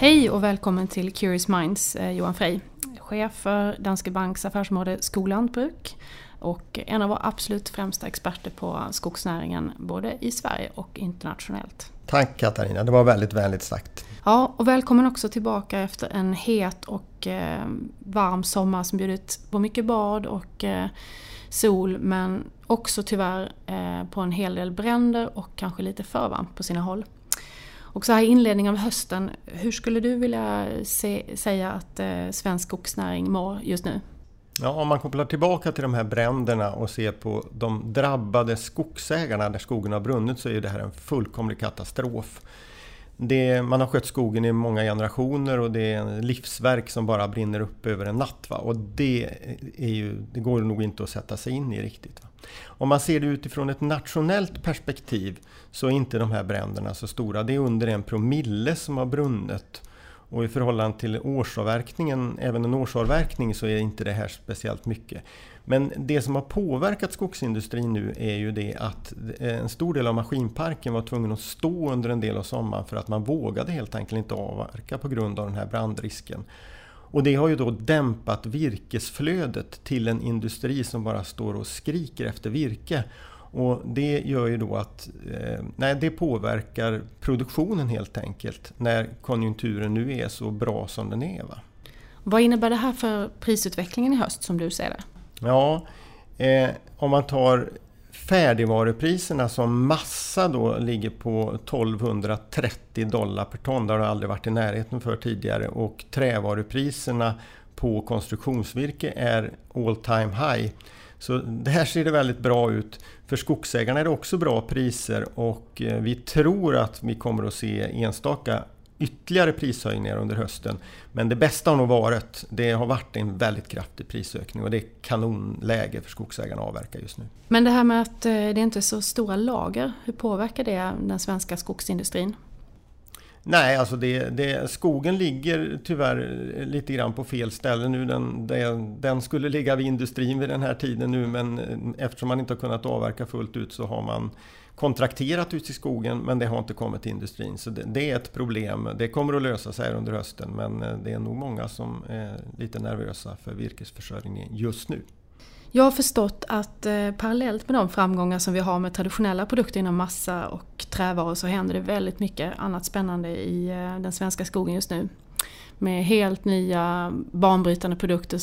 Hej och välkommen till Curious Minds, Johan Frey, chef för Danske Banks affärsområde Skog-lantbruk och en av våra absolut främsta experter på skogsnäringen både i Sverige och internationellt. Tack Katarina, det var väldigt vänligt sagt. Ja, och välkommen också tillbaka efter en het och varm sommar som bjudit på mycket bad och sol, men också tyvärr på en hel del bränder och kanske lite för varmt på sina håll. Och så här i inledningen av hösten, hur skulle du vilja säga att svensk skogsnäring mår just nu? Ja, om man kopplar tillbaka till de här bränderna och ser på de drabbade skogsägarna där skogen har brunnit, så är det här en fullkomlig katastrof. Man har skött skogen i många generationer och det är en livsverk som bara brinner upp över en natt. Va? Och det går nog inte att sätta sig in i riktigt. Va? Om man ser det utifrån ett nationellt perspektiv så är inte de här bränderna så stora. Det är under 1% som har brunnit. Och i förhållande till årsavverkningen, även en årsavverkning, så är inte det här speciellt mycket. Men det som har påverkat skogsindustrin nu är ju det att en stor del av maskinparken var tvungen att stå under en del av sommaren för att man vågade helt enkelt inte avverka på grund av den här brandrisken. Och det har ju då dämpat virkesflödet till en industri som bara står och skriker efter virke. Och det gör ju då att det påverkar produktionen helt enkelt när konjunkturen nu är så bra som den är. Va? Vad innebär det här för prisutvecklingen i höst som du ser det? Ja, om man tar färdigvarupriserna som massa då ligger på $1230 per ton. Där har det aldrig varit i närheten för tidigare. Och trävarupriserna på konstruktionsvirke är all time high. Så det här ser det väldigt bra ut. För skogsägarna är det också bra priser och vi tror att vi kommer att se enstaka ytterligare prishöjningar under hösten. Men det bästa har nog varit en väldigt kraftig prisökning och det är kanonläge för skogsägarna att avverka just nu. Men det här med att det inte är så stora lager, hur påverkar det den svenska skogsindustrin? Nej, alltså skogen ligger tyvärr lite grann på fel ställe nu. Den skulle ligga vid industrin vid den här tiden nu, men eftersom man inte har kunnat avverka fullt ut så har man kontrakterat ut i skogen, men det har inte kommit till industrin. Så det är ett problem. Det kommer att lösa sig här under hösten, men det är nog många som är lite nervösa för virkesförsörjningen just nu. Jag har förstått att parallellt med de framgångar som vi har med traditionella produkter inom massa och trävaror så händer det väldigt mycket annat spännande i den svenska skogen just nu. Med helt nya banbrytande produkter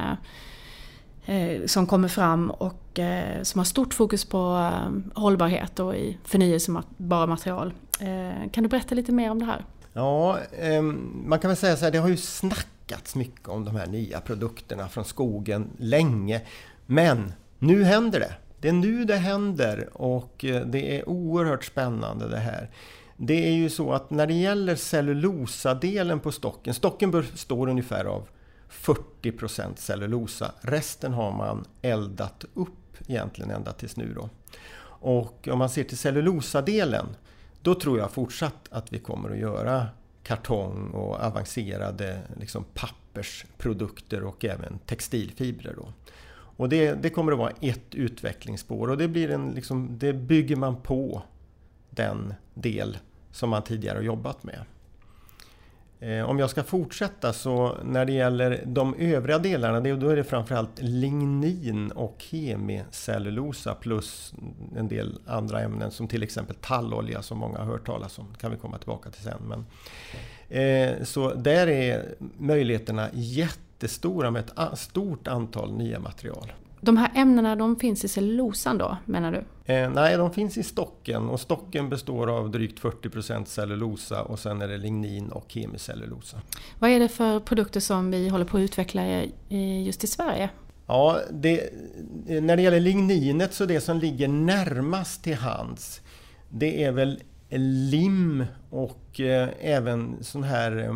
som kommer fram och som har stort fokus på hållbarhet och i förnyelsebara material. Kan du berätta lite mer om det här? Ja, man kan väl säga så här, det har ju snackats mycket om de här nya produkterna från skogen länge. Men nu händer det. Det är nu det händer och det är oerhört spännande det här. Det är ju så att när det gäller cellulosadelen på stocken består ungefär av 40% cellulosa. Resten har man eldat upp egentligen ända tills nu då. Och om man ser till cellulosadelen, då tror jag fortsatt att vi kommer att göra kartong och avancerade pappersprodukter och även textilfibrer då. Och det kommer att vara ett utvecklingsspår och det bygger man på den del som man tidigare har jobbat med. Om jag ska fortsätta så när det gäller de övriga delarna, då är det framförallt lignin och hemicellulosa plus en del andra ämnen som till exempel tallolja som många har hört talas om. Kan vi komma tillbaka till sen. Men, så där är möjligheterna jättestora med ett stort antal nya material. De här ämnena, de finns i cellulosan då, menar du? Nej, de finns i stocken och stocken består av drygt 40% cellulosa och sen är det lignin och hemicellulosa. Vad är det för produkter som vi håller på att utveckla just i Sverige? Ja, när det gäller ligninet så det som ligger närmast till hands det är väl lim och även sån här,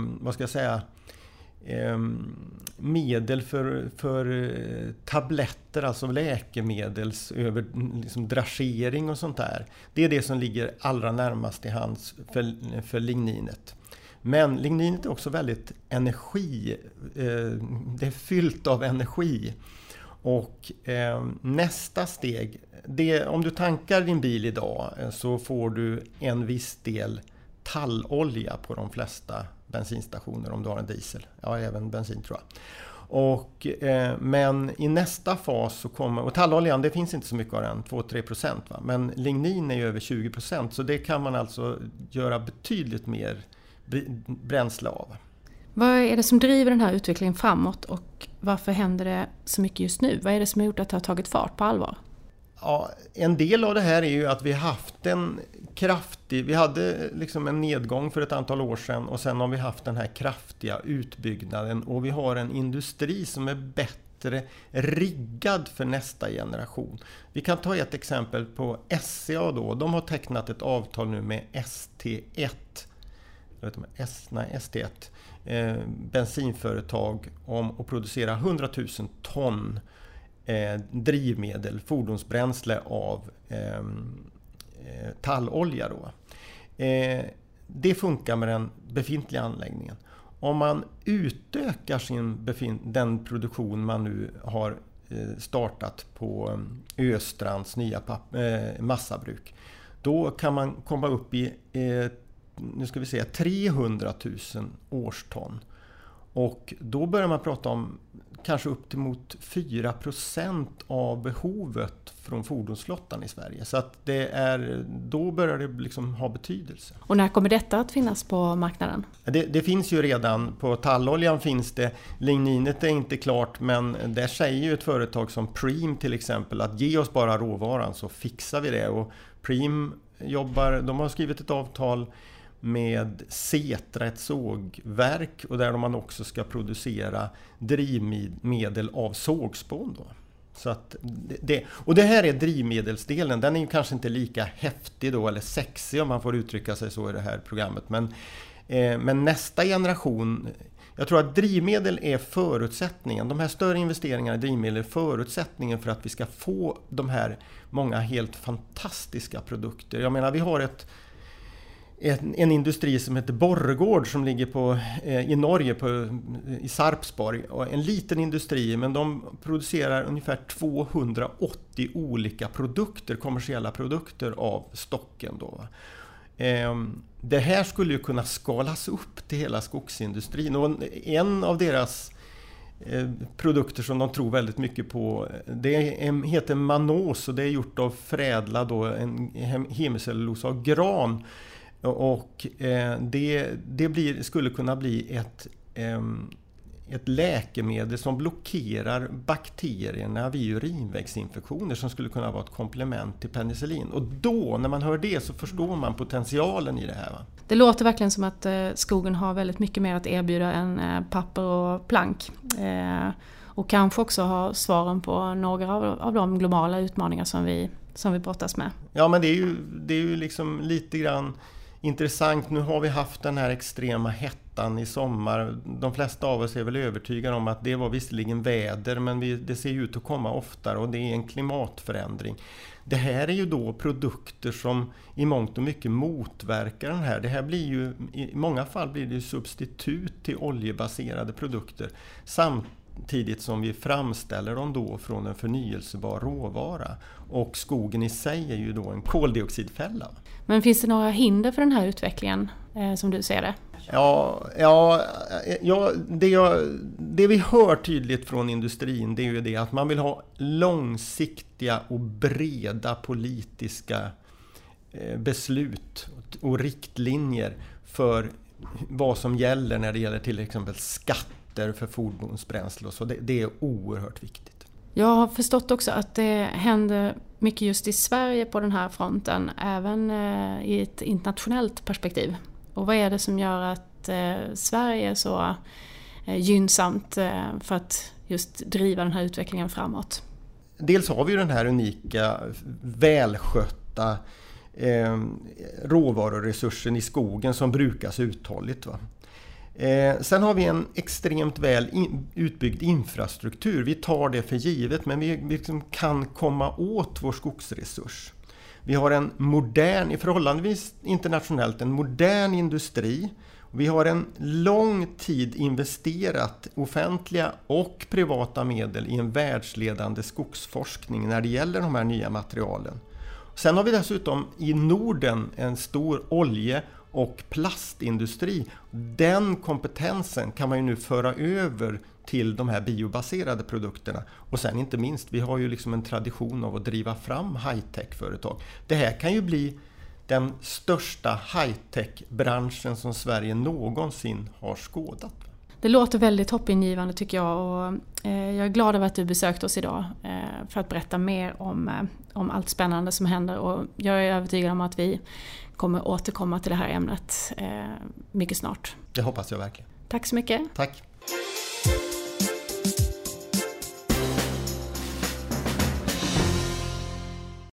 medel för tabletter, alltså läkemedels över dragering och sånt där. Det är det som ligger allra närmast till hands för ligninet. Men ligninet är också väldigt det är fyllt av energi. Och nästa steg, om du tankar din bil idag så får du en viss del tallolja på de flesta bensinstationer om du har en diesel. Ja, även bensin tror jag. Men i nästa fas så kommer, och talloljan det finns inte så mycket av den, 2-3%, va? Men lignin är ju över 20%, så det kan man alltså göra betydligt mer bränsle av. Vad är det som driver den här utvecklingen framåt och varför händer det så mycket just nu? Vad är det som har gjort att det har tagit fart på allvar? Ja, en del av det här är ju att vi haft vi hade liksom en nedgång för ett antal år sedan och sen har vi haft den här kraftiga utbyggnaden och vi har en industri som är bättre riggad för nästa generation. Vi kan ta ett exempel på SCA då. De har tecknat ett avtal nu med ST1 bensinföretag om att producera 100 000 ton drivmedel, fordonsbränsle av tallolja då. Det funkar med den befintliga anläggningen. Om man utökar den produktion man nu har startat på Östrands nya massabruk, då kan man komma upp i 300 000 årston. Och då börjar man prata om kanske upp till mot 4% av behovet från fordonsflottan i Sverige. Så att då börjar det liksom ha betydelse. Och när kommer detta att finnas på marknaden? Det finns ju redan. På talloljan finns det. Ligninet är inte klart, men där säger ju ett företag som Preem till exempel att ge oss bara råvaran så fixar vi det. Och Preem de har skrivit ett avtal med Setra, ett sågverk, och där man också ska producera drivmedel av sågspån då. Så att det här är drivmedelsdelen. Den är ju kanske inte lika häftig då, eller sexig om man får uttrycka sig så i det här programmet. Men nästa generation, jag tror att drivmedel är förutsättningen. De här större investeringarna i drivmedel är förutsättningen för att vi ska få de här många helt fantastiska produkter. Jag menar, vi har en industri som heter Borregaard som ligger i Norge i Sarpsborg. En liten industri, men de producerar ungefär 280 olika produkter, kommersiella produkter av stocken då. Det här skulle ju kunna skalas upp till hela skogsindustrin, och en av deras produkter som de tror väldigt mycket på, det heter Manos, och det är gjort av förädlad då en hemicellulosa av gran. Och det skulle kunna bli ett läkemedel som blockerar bakterierna vid urinvägsinfektioner, som skulle kunna vara ett komplement till penicillin. Och då, när man hör det, så förstår man potentialen i det här. Va? Det låter verkligen som att skogen har väldigt mycket mer att erbjuda än papper och plank. Och kanske också ha svaren på några av de globala utmaningar som vi brottas med. Ja, men det är ju liksom lite grann intressant. Nu har vi haft den här extrema hettan i sommar. De flesta av oss är väl övertygade om att det var visserligen väder, men det ser ut att komma oftare, och det är en klimatförändring. Det här är ju då produkter som i mångt och mycket motverkar den här. Det här blir ju, i många fall blir det substitut till oljebaserade produkter, samtidigt som vi framställer dem då från en förnyelsebar råvara. Och skogen i sig är ju då en koldioxidfälla. Men finns det några hinder för den här utvecklingen som du ser det? Det vi hör tydligt från industrin, det är ju det att man vill ha långsiktiga och breda politiska beslut och riktlinjer för vad som gäller när det gäller till exempel skatter för fordonsbränsle och så. Det är oerhört viktigt. Jag har förstått också att det händer mycket just i Sverige på den här fronten, även i ett internationellt perspektiv. Och vad är det som gör att Sverige är så gynnsamt för att just driva den här utvecklingen framåt? Dels har vi ju den här unika, välskötta råvaruresursen i skogen som brukas uthålligt. Va? Sen har vi en extremt väl utbyggd infrastruktur. Vi tar det för givet, men vi liksom kan komma åt vår skogsresurs. Vi har en modern, i förhållandevis internationellt, en modern industri. Vi har en lång tid investerat offentliga och privata medel i en världsledande skogsforskning när det gäller de här nya materialen. Sen har vi dessutom i Norden en stor olje- och plastindustri. Den kompetensen kan man ju nu föra över till de här biobaserade produkterna. Och sen inte minst, vi har ju liksom en tradition av att driva fram high-tech-företag. Det här kan ju bli den största high-tech-branschen som Sverige någonsin har skådat. Det låter väldigt hoppingivande tycker jag, och jag är glad över att du besökte oss idag för att berätta mer om allt spännande som händer, och jag är övertygad om att vi kommer återkomma till det här ämnet mycket snart. Det hoppas jag verkligen. Tack så mycket. Tack.